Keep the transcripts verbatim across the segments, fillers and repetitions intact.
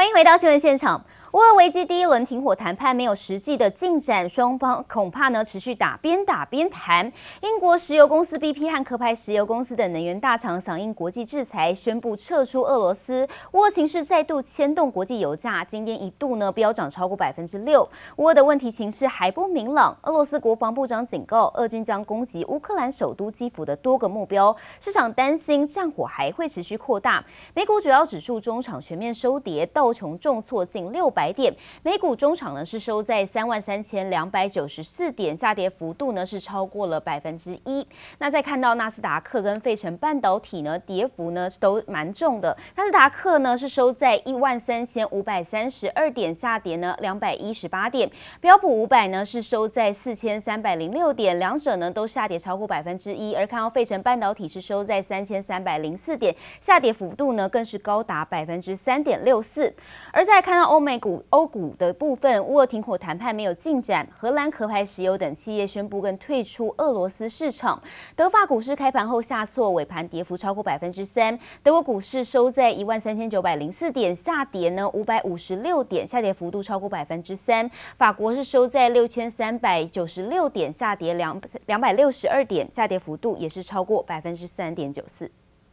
欢迎回到新闻现场。乌俄危机第一轮停火谈判没有实际的进展，双方恐怕呢持续打边打边谈。英国石油公司 B P 和壳牌石油公司等能源大厂响应国际制裁，宣布撤出俄罗斯。乌俄情势再度牵动国际油价，今天一度呢飙涨超过百分之六。乌俄的问题情势还不明朗，俄罗斯国防部长警告，俄军将攻击乌克兰首都基辅的多个目标，市场担心战火还会持续扩大。美股主要指数中场全面收跌，道琼重挫近六百点，美股中场呢是收在三万三千两百九十四点，下跌幅度呢是超过了百分之一。那再看到纳斯达克跟费城半导体呢，跌幅呢都蛮重的。纳斯达克呢是收在一万三千五百三十二点，下跌呢两百一十八点。标普五百呢是收在四千三百零六点，两者呢都下跌超过百分之一。而看到费城半导体是收在三千三百零四点，下跌幅度呢更是高达百分之三点六四。而再看到欧美股、欧股的部分，乌俄停火谈判没有进展，荷兰壳牌石油等企业宣布跟退出俄罗斯市场。德法股市开盘后下挫，尾盘跌幅超过百分之三。德国股市收在一万三千九百零四点，下跌呢五百五十六点，下跌幅度超过百分之三。法国是收在六千三百九十六点，下跌两两百六十二点，下跌幅度也是超过百分之三点九四。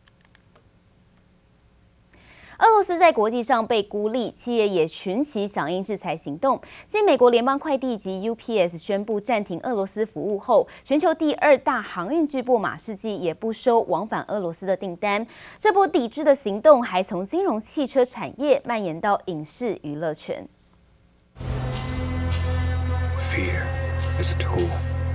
俄罗斯在国际上被孤立，企业也群起响应制裁行动。继美国联邦快递及 U P S 宣布暂停俄罗斯服务后，全球第二大航运巨擘马士基也不收往返俄罗斯的订单。这波抵制的行动还从金融汽车产业蔓延到影视娱乐圈。 Fear is a tool.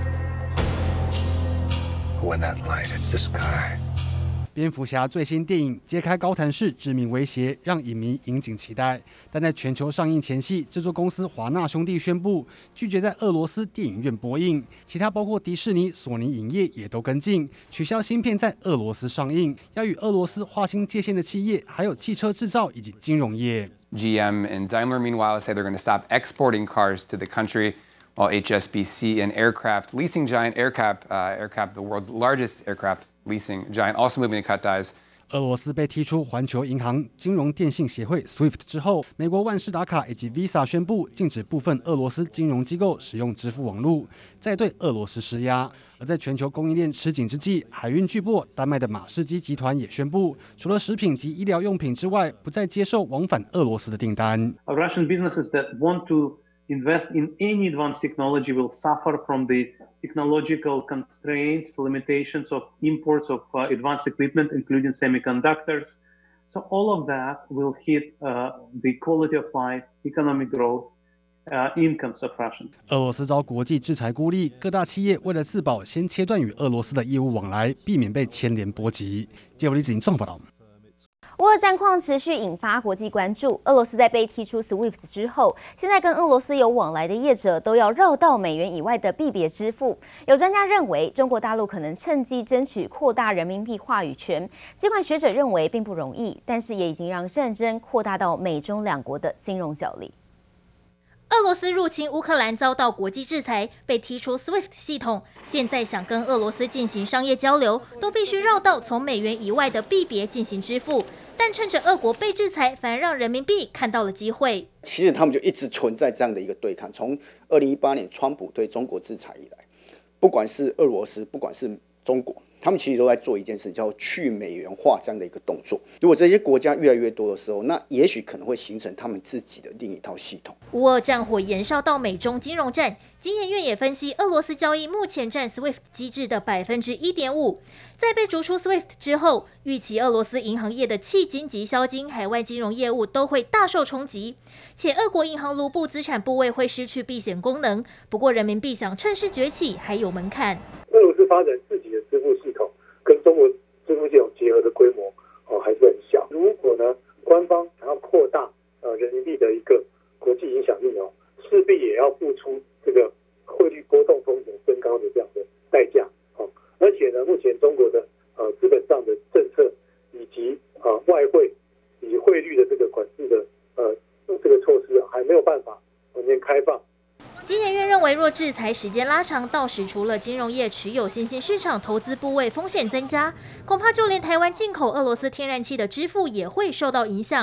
When that light hits the sky. 蝙蝠侠最新电影揭开高谭市致命威胁，让影迷引颈期待。但在全球上映前夕，制作公司华纳兄弟宣布拒绝在俄罗斯电影院播映，其他包括迪士尼、索尼影业也都跟进，取消芯片在俄罗斯上映。要与俄罗斯划清界限的企业，还有汽车制造以及金融业。 G M and Daimler, meanwhile, say they're going to stop exporting cars to the country. While H S B C, an aircraft leasing giant, AerCap, uh, AerCap, the world's largest aircraft leasing giant, also moving to cut ties. 俄罗斯被踢出环球银行金融电信协会 S W I F T 之后，美国万事达卡以及 Visa 宣布禁止部分俄罗斯金融机构使用支付网络，再对俄罗斯施压。而在全球供应链吃紧之际，海运巨擘丹麦的马士基集团也宣布，除了食品及医疗用品之外，不再接受往返俄罗斯的订单。 Russian businesses that want to invest in any advanced technology will suffer from the technological constraints, limitations of imports of uh, advanced equipment, including semiconductors. So all of that will hit uh, the quality of life, economic growth, uh, incomes of Russians. 俄罗斯遭国际制裁孤立，各大企业为了自保，先切断与俄罗斯的业务往来，避免被牵连波及。结果李子莹综合报道。 乌俄战况持续引发国际关注。俄罗斯在被踢出 S W I F T 之后，现在跟俄罗斯有往来的业者都要绕道美元以外的币别支付。有专家认为，中国大陆可能趁机争取扩大人民币话语权。尽管学者认为并不容易，但是也已经让战争扩大到美中两国的金融角力。 俄罗斯入侵乌克兰遭到国际制裁，被踢出 S W I F T 系统。现在想跟俄罗斯进行商业交流，都必须绕道从美元以外的币别进行支付。但趁着俄国被制裁，反而让人民币看到了机会。 其实他们就一直存在这样的一个对抗。从二零一八年川普对中国制裁以来，不管是俄罗斯，不管是中国，他们其实都在做一件事，叫去美元化这样的一个动作。如果这些国家越来越多的时候，那也许可能会形成他们自己的另一套系统。 乌俄战火延烧到美中金融战，经研院也分析，俄罗斯交易目前占 S W I F T 机制的百分之一点五。在被逐出 S W I F T 之后，预期俄罗斯银行业的迄金及销金海外金融业务都会大受冲击，且俄国银行卢布资产部位会失去避险功能。不过，人民币想趁势崛起还有门槛。 俄罗斯发展自己的支付系统，跟中国支付系统结合的规模哦还是很小。如果呢，官方想要扩大呃人民币的一个国际影响力哦，势必也要付出这个汇率波动风险升高的这样的代价哦。而且呢，目前中国的呃资本上的政策以及呃外汇以及汇率的这个管制的呃这个措施还没有办法完全开放。 经研院认为，若制裁时间拉长，到时除了金融业持有新兴市场投资部位风险增加，恐怕就连台湾进口俄罗斯天然气的支付也会受到影响。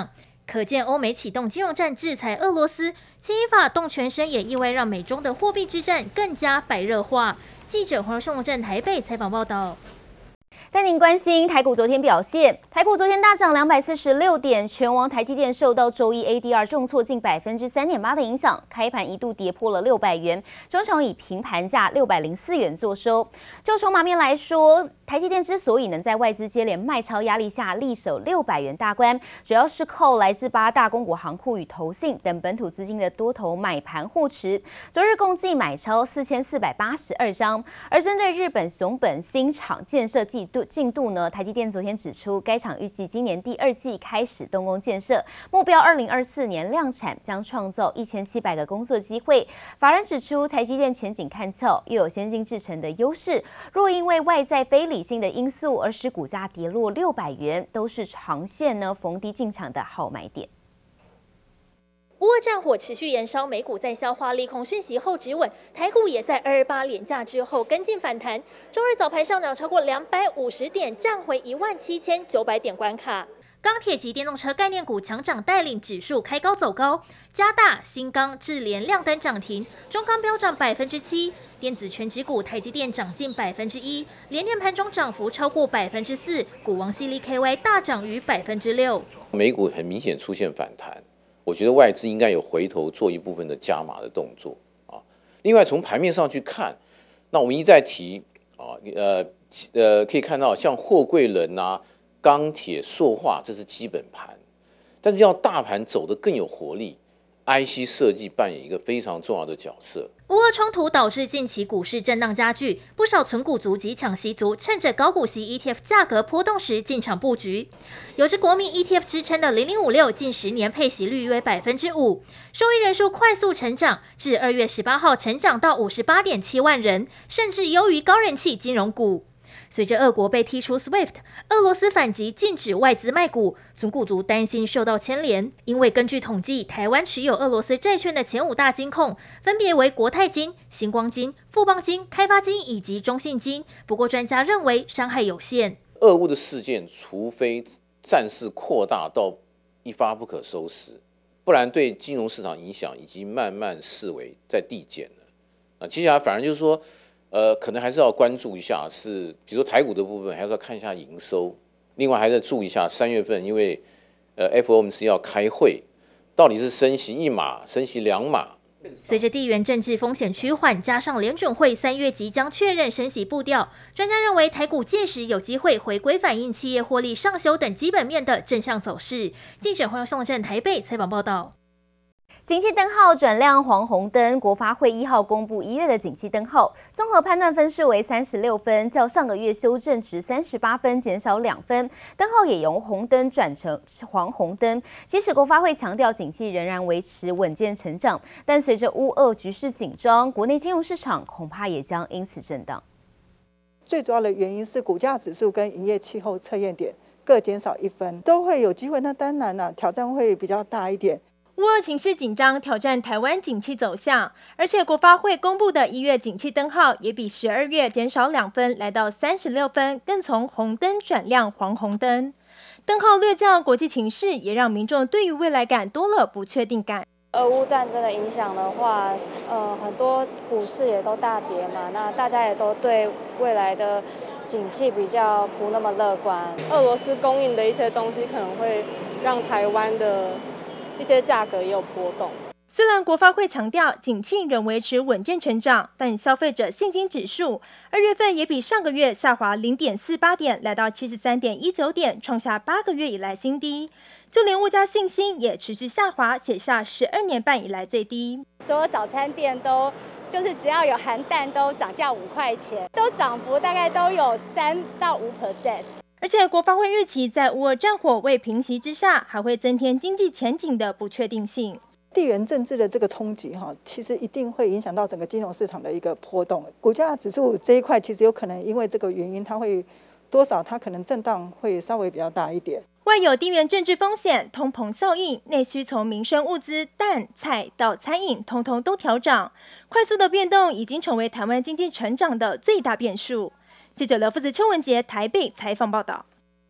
可见欧美启动金融战制裁俄罗斯，牵一发动全身，也意外让美中的货币之战更加白热化。记者黄胜镇台北采访报道。 带您关心台股昨天表现，台股昨天大涨两百四十六点，全网台积电受到周一 A D R 重挫近百分之三点八的影响，开盘一度跌破了六百元，中场以平盘价六百零四元作收。就筹码面来说，台积电之所以能在外资接连卖超压力下力守六百元大关，主要是靠来自八大公股行库与投信等本土资金的多头买盘护持，昨日共计买超四千四百八十二张。而针对日本熊本新厂建设进度进度呢，台积电昨天指出，该厂预计今年第二季开始动工建设，目标二零二四年量产，将创造一千七百个工作机会。法人指出，台积电前景看俏，又有先进制程的优势，若因为外在非理性的因素而使股价跌落六百元，都是长线呢逢低进场的好买点。 乌俄战火持续延烧，美股在消化利空讯息后止稳，台股也在二二八连假之后跟进反弹。周日早盘上涨超过两百五十点，站回一万七千九百点关卡。钢铁及电动车概念股强涨，带领指数开高走高。嘉大、新钢、智联亮灯涨停，中钢飙涨百分之七。电子全指股台积电涨近百分之一，联电盘中涨幅超过百分之四，股王矽力 K Y 大涨逾百分之六。 美股很明显出现反弹。我觉得外资应该有回头做一部分的加码的动作啊。另外，从盘面上去看，那我们一再提啊，呃呃，可以看到像货柜轮啊、钢铁、塑化，这是基本盘。但是要大盘走得更有活力 ，I C 设计扮演一个非常重要的角色。 乌俄冲突导致近期股市震荡加剧，不少存股族及抢息族趁着高股息 E T F 价格波动时进场布局。有着国民 E T F 支撑的零零五六，近十年配息率约百分之五，受益人数快速成长，至二月十八号成长到五十八点七万人，甚至优于高人气金融股。随着俄国被踢出 SWIFT， 俄罗斯反击禁止外资卖股，存股族担心受到牵连。因为根据统计，台湾持有俄罗斯债券的前五大金控分别为国泰金、星光金、富邦金、开发金以及中信金。不过专家认为伤害有限。 俄乌的事件，除非战事扩大到一发不可收拾，不然对金融市场影响已经慢慢视为在递减了。啊，接下来反而就是说。呃，可能还是要关注一下是，是比如说台股的部分，还是要看一下营收。另外，还是要注意一下三月份，因为呃 F O M C 要开会，到底是升息一码，升息两码。 随着地缘政治风险趋缓，加上联准会三月即将确认升息步调，专家认为台股届时有机会回归反映企业获利上修等基本面的正向走势。记者黄颂镇台北采访报道。 景气灯号转亮黄红灯，国发会一号公布一月的景气灯号，综合判断分数为三十六分，较上个月修正值三十八分减少两分，灯号也由红灯转成黄红灯。即使国发会强调景气仍然维持稳健成长，但随着乌俄局势紧张，国内金融市场恐怕也将因此震荡。 最主要的原因是股价指数跟营业气候测验点各减少一分，都会有机会。那当然了、啊，挑战会比较大一点。 乌俄情势紧张，挑战台湾景气走向，而且国发会公布的一月景气灯号也比十二月减少两分，来到三十六分，更从红灯转亮黄红灯。灯号略降，国际情势也让民众对于未来感多了不确定感。 俄乌战争的影响的话，呃，很多股市也都大跌嘛，那大家也都对未来的景气比较不那么乐观。 俄罗斯供应的一些东西可能会让台湾的一些价格也有波动。 虽然国发会强调景气仍维持稳健成长，但消费者信心指数二月份也比上个月下滑 零点四八 点，来到 七十三点一九 点，创下八个月以来新低。就连物价信心也持续下滑，写下十二年半以来最低。 所有早餐店都就是只要有含蛋都涨价五块钱，都涨幅大概都有三到五 percent。 而且国发会预期在乌俄战火未平息之下，还会增添经济前景的不确定性。 地缘政治的这个冲击哈，其实一定会影响到整个金融市场的一个波动。股价指数这一块其实有可能因为这个原因，它会多少它可能震荡会稍微比较大一点。 外有地缘政治风险、通膨效应，内需从民生物资、蛋、菜到餐饮，通通都调涨。快速的变动已经成为台湾经济成长的最大变数。记者刘富子、邱文杰台北采访报道。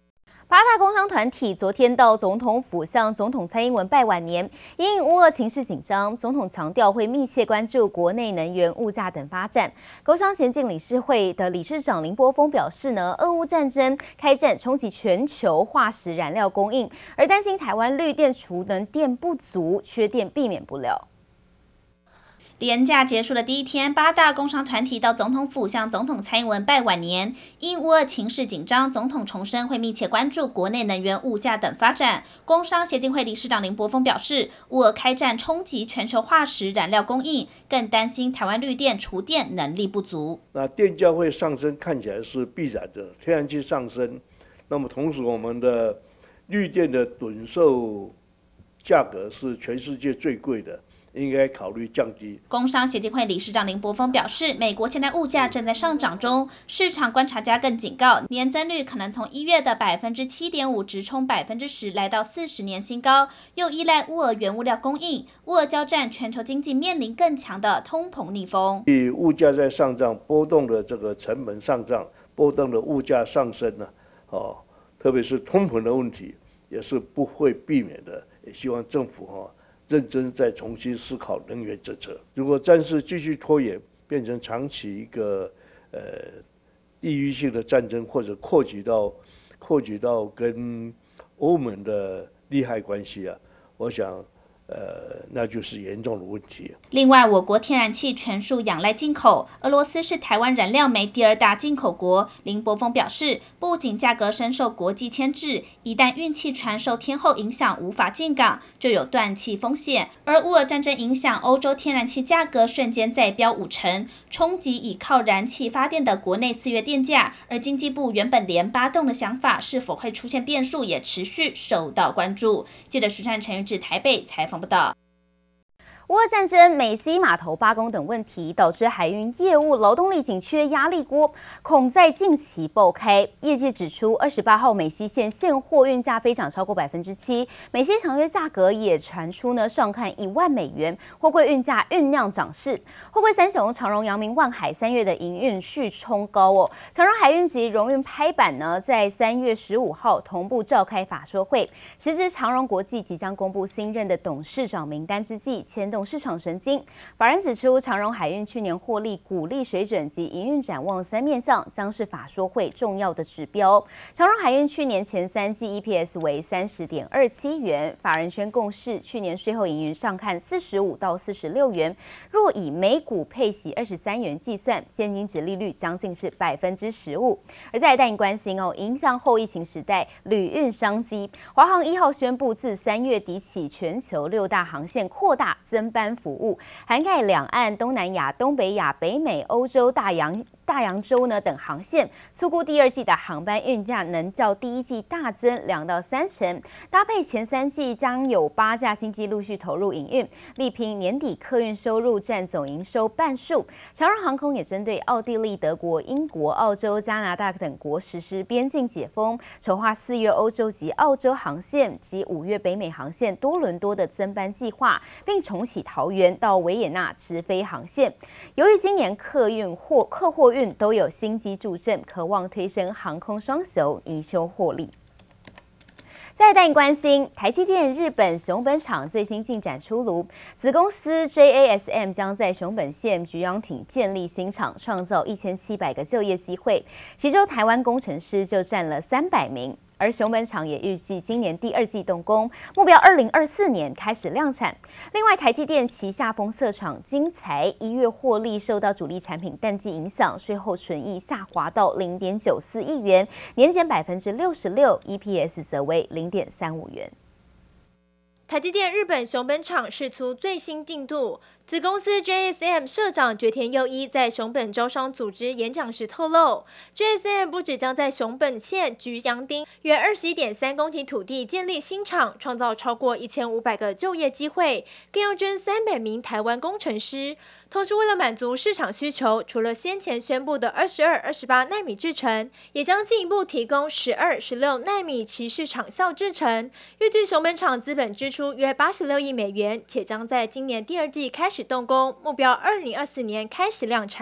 八大工商团体昨天到总统府向总统蔡英文拜晚年，因乌俄情势紧张，总统强调会密切关注国内能源、物价等发展。工商协进理事会的理事长林柏峰表示呢，俄乌战争开战冲击全球化石燃料供应，而担心台湾绿电储能电不足，缺电避免不了。 连假结束的第一天，八大工商团体到总统府向总统蔡英文拜晚年。因乌俄情势紧张，总统重申会密切关注国内能源、物价等发展。工商协进会理事长林柏峰表示，乌俄开战冲击全球化石燃料供应，更担心台湾绿电储电能力不足。 那电价会上升，看起来是必然的，天然气上升，那么同时我们的绿电的趸售价格是全世界最贵的。应该考虑降低。 工商协进会理事长林柏峰表示，美国现在物价正在上涨中，市场观察家更警告，年增率可能从一月的百分之七点五直冲百分之十，来到四十年新高。又依赖乌俄原物料供应，乌俄交战，全球经济面临更强的通膨逆风。 以物价在上涨，波动的这个成本上涨，波动的物价上升呢，哦，特别是通膨的问题，也是不会避免的。也希望政府哈、哦。认真再重新思考能源政策。如果战事继续拖延，变成长期一个呃地域性的战争，或者扩及到扩及到跟欧盟的利害关系啊，我想。呃，那就是严重的问题。 另外，我国天然气全数仰赖进口，俄罗斯是台湾燃料煤第二大进口国。林柏峰表示，不仅价格深受国际牵制，一旦运气船受天候影响无法进港，就有断气风险。而乌俄战争影响欧洲天然气价格瞬间再飙五成，冲击以靠燃气发电的国内四月电价。而经济部原本连八栋的想法是否会出现变数，也持续受到关注。记者徐善陈玉至台北采访。不到。 乌俄战争、美西码头罢工等问题，导致海运业务劳动力紧缺压力锅恐在近期爆开。业界指出，二十八号美西线现货运价飞涨超过百分之七，美西长约价格也传出呢上看一万美元，货柜运价酝酿涨势。货柜三雄长荣、阳明、万海三月的营运续冲高哦。长荣海运及荣运拍板呢，在三月十五号同步召开法说会，时值长荣国际即将公布新任的董事长名单之际，牵动市场神经。法人指出，长荣海运去年获利、股利水准及营运展望三面向，将是法说会重要的指标。长荣海运去年前三季 E P S 为三十点二七元，法人圈共识去年税后盈余上看四十五到四十六元。若以每股配息二十三元计算，现金殖利率将近是百分之十五。而再来带你关心哦，影响后疫情时代旅运商机，华航一号宣布，自三月底起，全球六大航线扩大增班服务，涵盖两岸、东南亚、东北亚、北美、欧洲、大洋。大洋洲呢等航线，粗估第二季的航班运价能较第一季大增两到三成，搭配前三季将有八架新机陆续投入营运，力拼年底客运收入占总营收半数。长荣航空也针对奥地利、德国、英国、澳洲、加拿大等国实施边境解封，筹划四月欧洲及澳洲航线及五月北美航线多伦多的增班计划，并重启桃园到维也纳直飞航线。由于今年客运或客货运都有新机助阵，渴望推升航空双雄营收获利。再来带你关心台积电日本熊本厂最新进展出炉，子公司 J A S M 将在熊本县菊阳町建立新厂，创造一千七百个就业机会，其中台湾工程师就占了三百名。而熊本厂也预计今年第二季动工，目标二零二四年开始量产。另外，台积电旗下封测厂精材一月获利受到主力产品淡季影响，税后纯益下滑到零点九四亿元，年减百分之六十六 ，E P S 则为零点三五元。 台积电日本熊本厂释出最新进度。子公司 J S M 社长决田佑一在熊本招商组织演讲时透露 ，J S M 不只将在熊本县菊阳町约二十一点三公顷土地建立新厂，创造超过一千五百个就业机会，更要征三百名台湾工程师。同时，为了满足市场需求，除了先前宣布的二十二、二十八奈米制程，也将进一步提供十二、十六奈米骑士厂效制程。预计熊本厂资本支出约八十六亿美元，且将在今年第二季开始动工，目标二零二四年开始量产。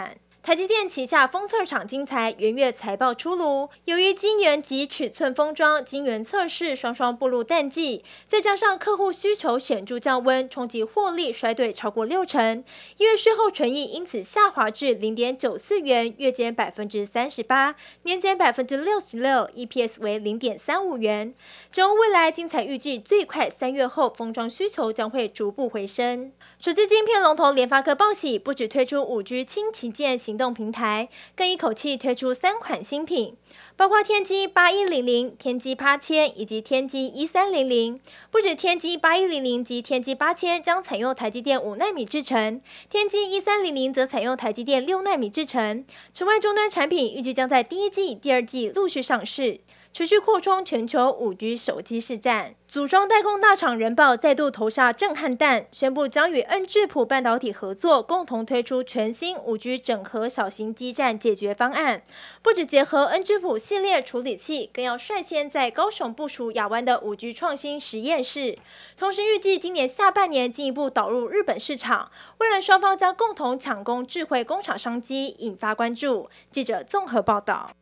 台积电旗下封测厂精材元月财报出炉，由于晶圆及尺寸封装、晶圆测试双双步入淡季，再加上客户需求显著降温，冲击获利衰退超过六成。一月税后纯益因此下滑至零点九四元，月减百分之三十八，年减百分之六十六 ，E P S 为零点三五元。展望未来，精材预计最快三月后封装需求将会逐步回升。手机晶片龙头联发科报喜，不只推出五 G 轻旗舰行动平台，更一口气推出三款新品，包括天玑八一零零、天玑八千以及天玑一三零零。不止天玑八一零零及天玑八千将采用台积电五奈米制程，天玑一三零零则采用台积电六奈米制程。此外，终端产品预计将在第一季、第二季陆续上市。持续扩充全球五 G 手机市占，组装代工大厂人保再度投下震撼弹，宣布将与恩智浦半导体合作，共同推出全新五 G 整合小型基站解决方案。不只结合恩智浦系列处理器，更要率先在高雄部署亚湾的五 G 创新实验室。同时预计今年下半年进一步导入日本市场，未来双方将共同抢攻智慧工厂商机，引发关注。记者综合报道。